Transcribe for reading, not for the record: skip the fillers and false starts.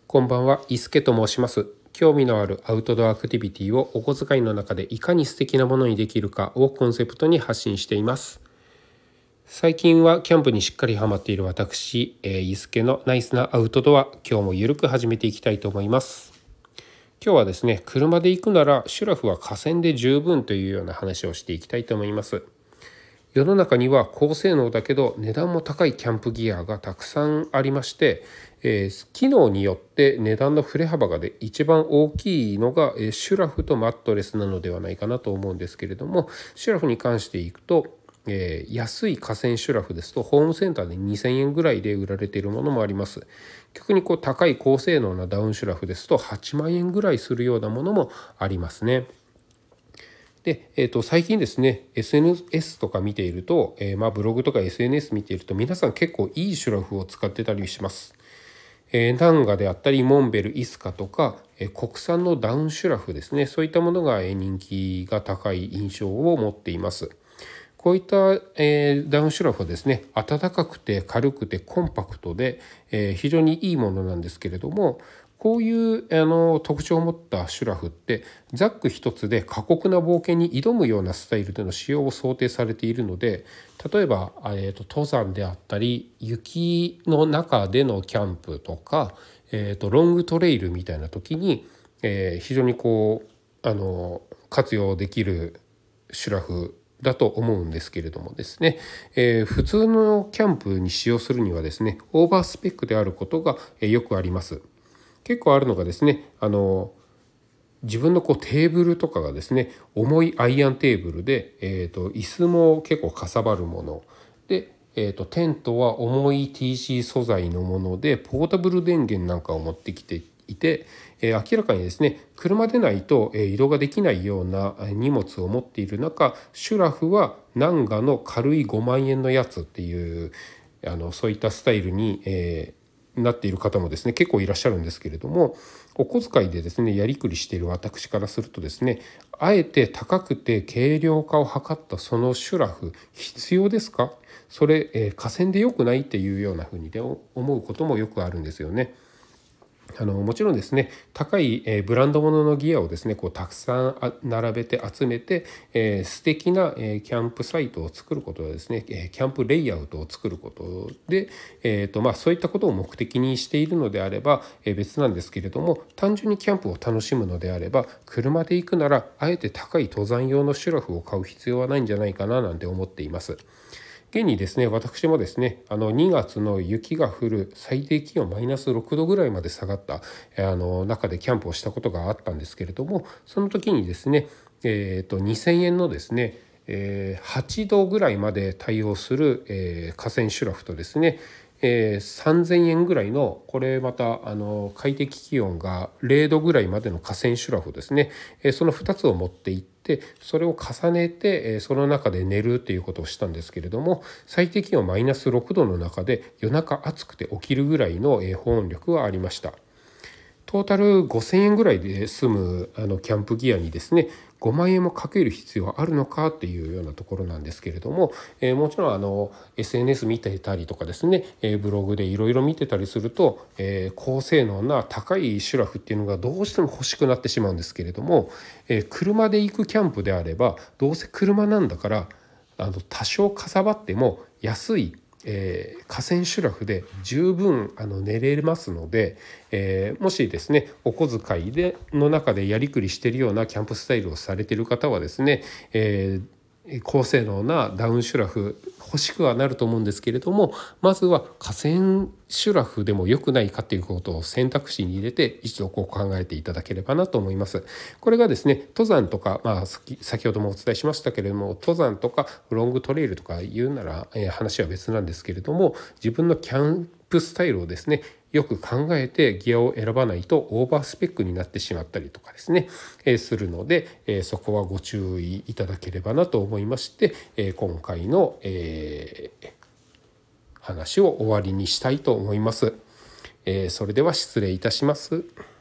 こんばんは、伊助と申します。興味のあるアウトドアアクティビティをお小遣いの中でいかに素敵なものにできるかをコンセプトに発信しています。最近はキャンプにしっかりハマっている私、伊助のナイスなアウトドア、今日もゆるく始めていきたいと思います。今日はですね、車で行くならシュラフは河川で十分というような話をしていきたいと思います。世の中には高性能だけど値段も高いキャンプギアがたくさんありまして、機能によって値段の振れ幅が一番大きいのが、シュラフとマットレスなのではないかなと思うんですけれども、シュラフに関していくと、安い河川シュラフですとホームセンターで2000円ぐらいで売られているものもあります。逆に高い高性能なダウンシュラフですと8万円ぐらいするようなものもありますね。で、最近ですね SNS とか見ていると、ブログとか SNS 見ていると皆さん結構いいシュラフを使ってたりします。ナンガであったりモンベルイスカとか、国産のダウンシュラフですね、そういったものが人気が高い印象を持っています。こういった、ダウンシュラフはですね、暖かくて軽くてコンパクトで、非常にいいものなんですけれども、こういう特徴を持ったシュラフってザック一つで過酷な冒険に挑むようなスタイルでの使用を想定されているので、例えば、登山であったり雪の中でのキャンプとか、ロングトレイルみたいな時に、非常に活用できるシュラフだと思うんですけれどもですね、普通のキャンプに使用するにはですねオーバースペックであることが、よくあります。結構あるのがですね、自分のテーブルとかがですね重いアイアンテーブルで、椅子も結構かさばるもので、テントは重い TC 素材のものでポータブル電源なんかを持ってきていて、明らかにですね車でないと移動ができないような荷物を持っている中、シュラフはナンガの軽い5万円のやつっていうそういったスタイルに、なっている方もですね結構いらっしゃるんですけれども、お小遣いでですねやりくりしている私からするとですね、あえて高くて軽量化を図ったそのシュラフ必要ですか、それ、河川で良くないっていうようなふうに思うこともよくあるんですよね。もちろんですね高いブランド物のギアをですねたくさん並べて集めて、素敵なキャンプサイトを作ることはですねキャンプレイアウトを作ることで、そういったことを目的にしているのであれば別なんですけれども、単純にキャンプを楽しむのであれば車で行くならあえて高い登山用のシュラフを買う必要はないんじゃないかななんて思っています。現にですね私もですね2月の雪が降る最低気温マイナス6度ぐらいまで下がった中でキャンプをしたことがあったんですけれども、その時にですね、2000円のですね8度ぐらいまで対応する、河川シュラフとですね、3000円ぐらいのこれまた快適気温が0度ぐらいまでの河川シュラフですね、その2つを持っていってそれを重ねてその中で寝るということをしたんですけれども、最低気温マイナス6度の中で夜中暑くて起きるぐらいの保温力はありました。トータル5000円ぐらいで済むキャンプギアにですね5万円もかける必要はあるのかっていうようなところなんですけれども、もちろんSNS 見てたりとかですね、ブログでいろいろ見てたりすると、高性能な高いシュラフっていうのがどうしても欲しくなってしまうんですけれども、車で行くキャンプであればどうせ車なんだから多少かさばっても安い河川シュラフで十分寝れますので、もしですねお小遣いの中でやりくりしているようなキャンプスタイルをされている方はですね、高性能なダウンシュラフ欲しくはなると思うんですけれども、まずは河川シュラフでも良くないかということを選択肢に入れて一度考えていただければなと思います。これがですね登山とか、先ほどもお伝えしましたけれども登山とかロングトレイルとか言うなら、話は別なんですけれども、自分のキャンプスタイルをですねよく考えてギアを選ばないとオーバースペックになってしまったりとかですね、するので、そこはご注意いただければなと思いまして、今回の、話を終わりにしたいと思います。それでは失礼いたします。